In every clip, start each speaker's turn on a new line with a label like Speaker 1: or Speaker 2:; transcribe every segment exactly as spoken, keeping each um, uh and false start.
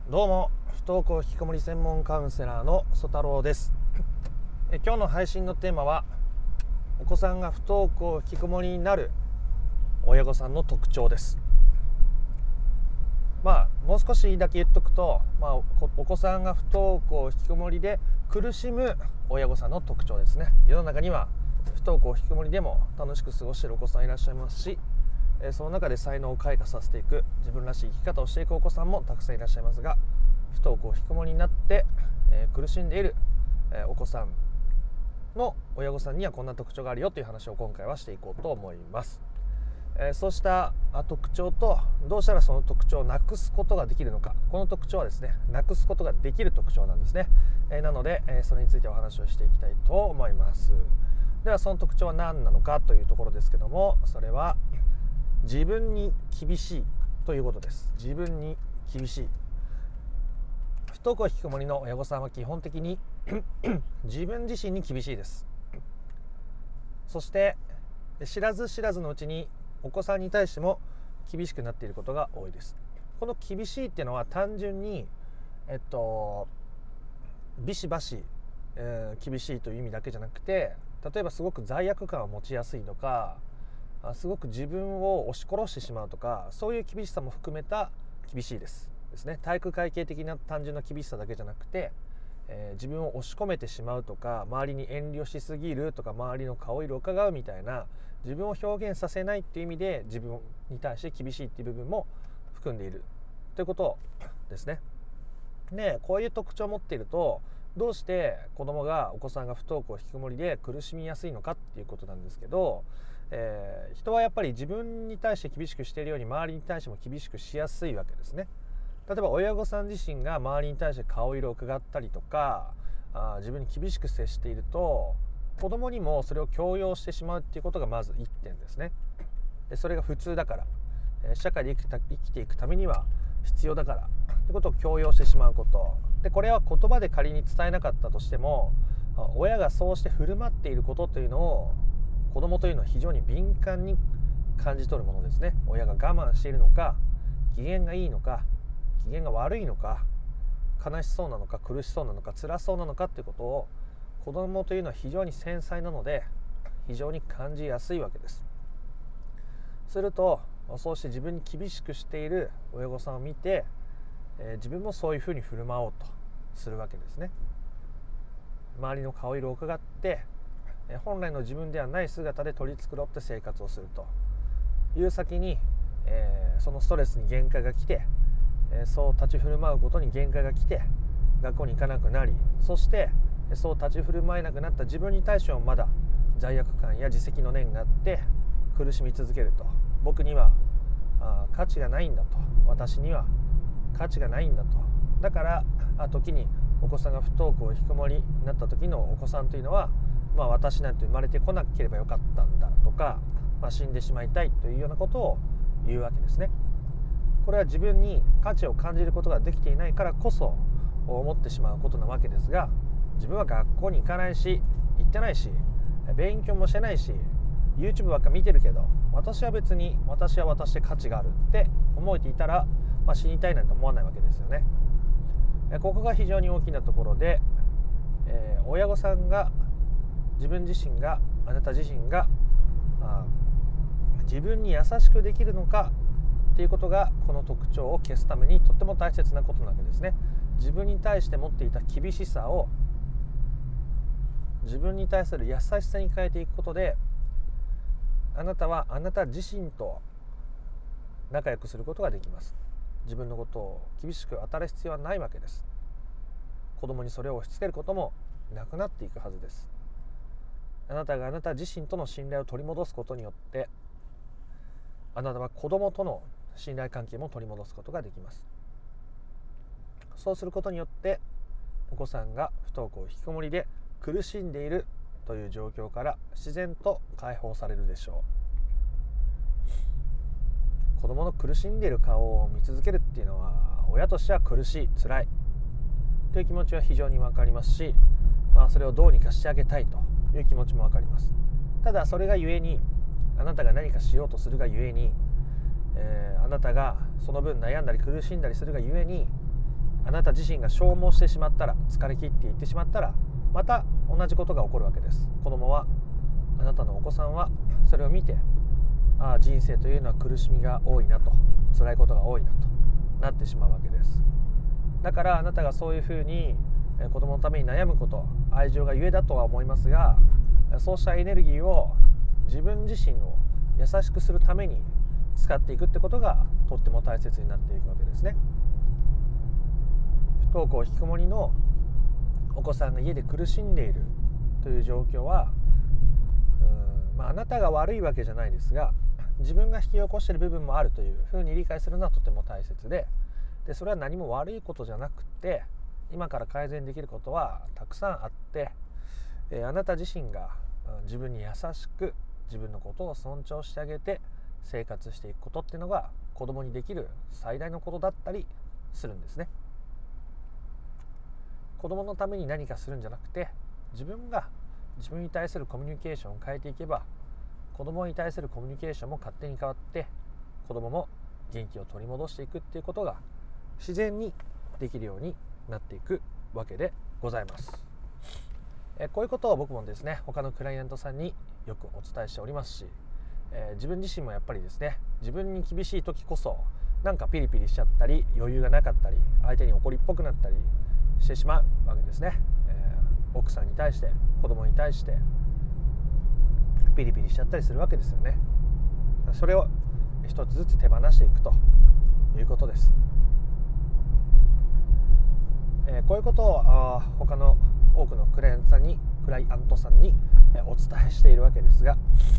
Speaker 1: どうも、不登校引きこもり専門カウンセラーの曽太郎ですえ今日の配信のテーマは、お子さんが不登校引きこもりになる親御さんの特徴です。まあもう少しだけ言っとくと、まあ、お, お子さんが不登校引きこもりで苦しむ親御さんの特徴ですね。世の中には不登校引きこもりでも楽しく過ごしているお子さんいらっしゃいますし、その中で才能を開花させていく、自分らしい生き方をしていくお子さんもたくさんいらっしゃいますが、不登校引きこもりになって、えー、苦しんでいる、えー、お子さんの親御さんにはこんな特徴があるよという話を今回はしていこうと思います。えー、そうした特徴と、どうしたらその特徴をなくすことができるのか。この特徴はですね、なくすことができる特徴なんですね。えー、なので、えー、それについてお話をしていきたいと思います。ではその特徴は何なのかというところですけども、それは自分に厳しいということです。自分に厳しい。不登校引きこもりの親御さんは基本的に自分自身に厳しいです。そして知らず知らずのうちにお子さんに対しても厳しくなっていることが多いです。この厳しいっていうのは単純にえっとビシバシ、えー、厳しいという意味だけじゃなくて、例えばすごく罪悪感を持ちやすいとか、すごく自分を押し殺してしまうとか、そういう厳しさも含めた厳しいですですね。体育会系的な単純な厳しさだけじゃなくて、えー、自分を押し込めてしまうとか、周りに遠慮しすぎるとか、周りの顔色を伺うみたいな、自分を表現させないっていう意味で自分に対して厳しいっていう部分も含んでいるということですね。で、こういう特徴を持っていると、どうして子供がお子さんが不登校引きこもりで苦しみやすいのかっていうことなんですけど、えー、人はやっぱり自分に対して厳しくしているように周りに対しても厳しくしやすいわけですね。例えば親御さん自身が周りに対して顔色を伺ったりとか、あ自分に厳しく接していると、子供にもそれを強要してしまうっていうことがまずいってんですね。でそれが普通だから、えー、社会で生きた生きていくためには必要だからってことを強要してしまうことで、これは言葉で仮に伝えなかったとしても、親がそうして振る舞っていることというのを子供というのは非常に敏感に感じ取るものですね。親が我慢しているのか、機嫌がいいのか、機嫌が悪いのか、悲しそうなのか、苦しそうなのか、辛そうなのかっていうことを子供というのは非常に繊細なので、非常に感じやすいわけです。すると、そうして自分に厳しくしている親御さんを見て、えー、自分もそういうふうに振る舞おうとするわけですね。周りの顔色を伺って、えー、本来の自分ではない姿で取り繕って生活をするという先に、えー、そのストレスに限界が来て、えー、そう立ち振る舞うことに限界が来て、学校に行かなくなり、そしてそう立ち振る舞えなくなった自分に対してもまだ罪悪感や自責の念があって苦しみ続けると、僕にはあ価値がないんだと、私には価値がないんだと。だからあ時にお子さんが不登校引きこもりになった時のお子さんというのは、まあ、私なんて生まれてこなければよかったんだとか、まあ、死んでしまいたいというようなことを言うわけですね。これは自分に価値を感じることができていないからこそ思ってしまうことなわけですが、自分は学校に行かないし、行ってないし、勉強もしてないし、 YouTube ばっか見てるけど、私は別に私は私で価値があるって思えていたら、まあ、死にたいなんて思わないわけですよね。ここが非常に大きなところで、えー、親御さんが自分自身があなた自身があ自分に優しくできるのかっていうことが、この特徴を消すためにとっても大切なことなわけですね。自分に対して持っていた厳しさを自分に対する優しさに変えていくことで、あなたはあなた自身と仲良くすることができます。自分のことを厳しく当たる必要はないわけです。子供にそれを押し付けることもなくなっていくはずです。あなたがあなた自身との信頼を取り戻すことによって、あなたは子供との信頼関係も取り戻すことができます。そうすることによってお子さんが不登校引きこもりで苦しんでいるという状況から自然と解放されるでしょう。子供の苦しんでいる顔を見続けるっていうのは、親としては苦しい、辛いという気持ちは非常に分かりますし、まあ、それをどうにかしてあげたいという気持ちも分かります。ただそれがゆえに、あなたが何かしようとするがゆえに、えー、あなたがその分悩んだり苦しんだりするがゆえに、 あなた自身が消耗してしまったら、疲れ切っていってしまったら、また同じことが起こるわけです。子供は、あなたのお子さんはそれを見て、ああ人生というのは苦しみが多いなと、辛いことが多いなとなってしまうわけです。だからあなたがそういうふうに子供のために悩むこと、愛情がゆえだとは思いますが、そうしたエネルギーを自分自身を優しくするために使っていくってことがとっても大切になっていくわけですね。不登校引きこもりのお子さんが家で苦しんでいるという状況は、うーん、まあ、あなたが悪いわけじゃないですが、自分が引き起こしている部分もあるというふうに理解するのはとても大切で、でそれは何も悪いことじゃなくて、今から改善できることはたくさんあって、えー、あなた自身が自分に優しく自分のことを尊重してあげて生活していくことっていうのが子供にできる最大のことだったりするんですね。子供のために何かするんじゃなくて、自分が自分に対するコミュニケーションを変えていけば、子供に対するコミュニケーションも勝手に変わって、子供も元気を取り戻していくっていうことが自然にできるようになっていくわけでございます。えこういうことを僕もですね、他のクライアントさんによくお伝えしておりますし、えー、自分自身もやっぱりですね、自分に厳しい時こそなんかピリピリしちゃったり、余裕がなかったり、相手に怒りっぽくなったりしてしまうわけですね。えー、奥さんに対して、子供に対してピリピリしちゃったりするわけですよね。それを一つずつ手放していくということです。えー、こういうことをあ他の多くのクライアントさんにクライアントさんにお伝えしているわけですが、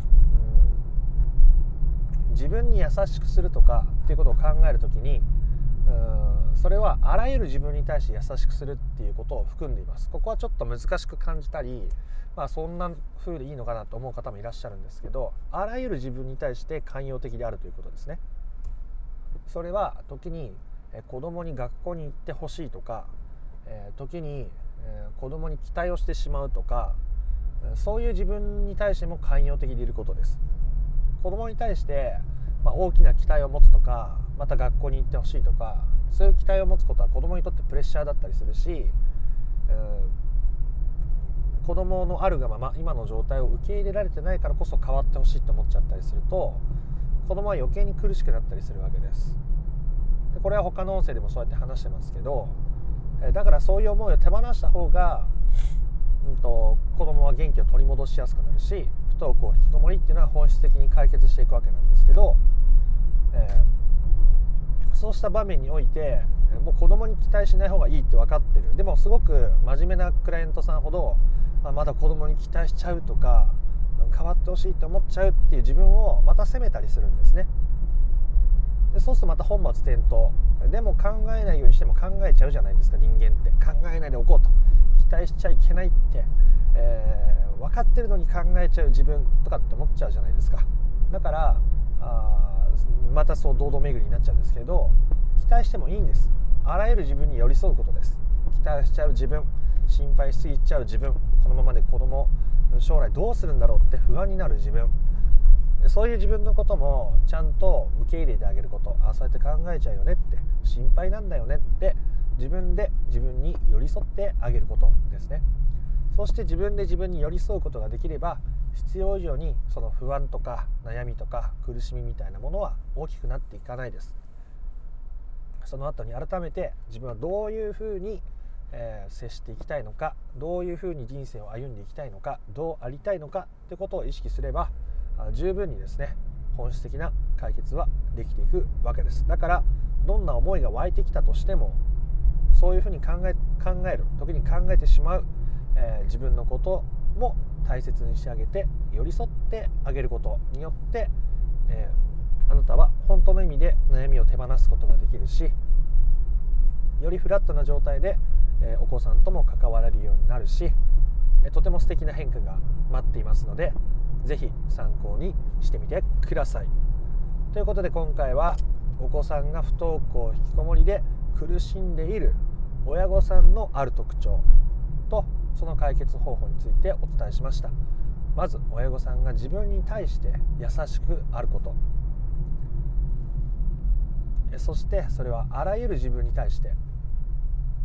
Speaker 1: うん、自分に優しくするとかっていうことを考えるときに、うん、それはあらゆる自分に対して優しくするっていうことを含んでいます。ここはちょっと難しく感じたり、まあ、そんな風でいいのかなと思う方もいらっしゃるんですけど、あらゆる自分に対して寛容的であるということですね。それは時に子供に学校に行ってほしいとか、えー、時に、えー、子供に期待をしてしまうとか、そういう自分に対しても寛容的でいることです。子供に対して、まあ、大きな期待を持つとか、また学校に行ってほしいとか、そういう期待を持つことは子供にとってプレッシャーだったりするし、えー、子供のあるがまま今の状態を受け入れられてないからこそ変わってほしいと思っちゃったりすると、子供は余計に苦しくなったりするわけです。でこれは他の音声でもそうやって話してますけど、だからそういう思いを手放した方が、うん、と子供は元気を取り戻しやすくなるし、不登校引きこもりっていうのは本質的に解決していくわけなんですけど、えー、そうした場面においてもう子供に期待しない方がいいって分かってる。でもすごく真面目なクライアントさんほど、あまだ子供に期待しちゃうとか、変わってほしいって思っちゃうっていう自分をまた責めたりするんですね。でそうするとまた本末転倒。でも考えないようにしても考えちゃうじゃないですか。人間って考えないでおこうと、期待しちゃいけないって、えー、分かってるのに考えちゃう自分とかって思っちゃうじゃないですか。だからあまたそう堂々巡りになっちゃうんですけど、期待してもいいんです。あらゆる自分に寄り添うことです。期待しちゃう自分、心配しすぎちゃう自分、このままで子供将来どうするんだろうって不安になる自分、そういう自分のこともちゃんと受け入れてあげること。あ、そうやって考えちゃうよねって、心配なんだよねって自分で自分に寄り添ってあげることですね。そして自分で自分に寄り添うことができれば、必要以上にその不安とか悩みとか苦しみみたいなものは大きくなっていかないです。その後に改めて自分はどういうふうに、えー、接していきたいのか、どういうふうに人生を歩んでいきたいのか、どうありたいのかってことを意識すれば、十分にですね、本質的な解決はできていくわけです。だからどんな思いが湧いてきたとしても、そういうふうに考え、考える時に考えてしまう、えー、自分のことも大切にしてあげて、寄り添ってあげることによって、えー、あなたは本当の意味で悩みを手放すことができるし、よりフラットな状態で、えー、お子さんとも関われるようになるし、えー、とても素敵な変化が待っていますので、ぜひ参考にしてみてください。ということで、今回はお子さんが不登校引きこもりで苦しんでいる親御さんのある特徴とその解決方法についてお伝えしました。まず親御さんが自分に対して優しくあること、そしてそれはあらゆる自分に対して、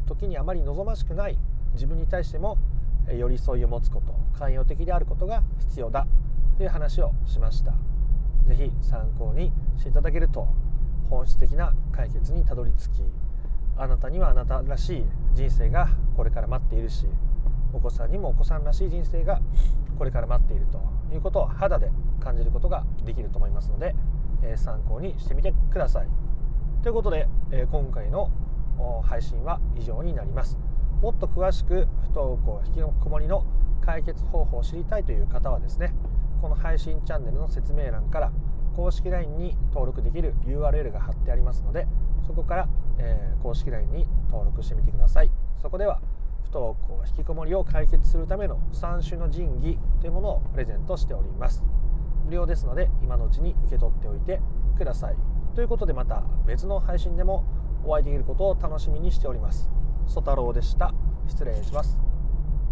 Speaker 1: 時にあまり望ましくない自分に対しても寄り添いを持つこと、寛容的であることが必要だという話をしました。ぜひ参考にしていただけると本質的な解決にたどり着き、あなたにはあなたらしい人生がこれから待っているし、お子さんにもお子さんらしい人生がこれから待っているということを肌で感じることができると思いますので、えー、参考にしてみてください。ということで、えー、今回の配信は以上になります。もっと詳しく不登校引きこもりの解決方法を知りたいという方はですね、この配信チャンネルの説明欄から公式 ライン に登録できる ユーアールエル が貼ってありますので、そこから、えー、公式 ライン に登録してみてください。そこでは不登校引きこもりを解決するためのさん種の神器というものをプレゼントしております。無料ですので今のうちに受け取っておいてください。ということで、また別の配信でもお会いできることを楽しみにしております。ソ太郎でした。失礼します。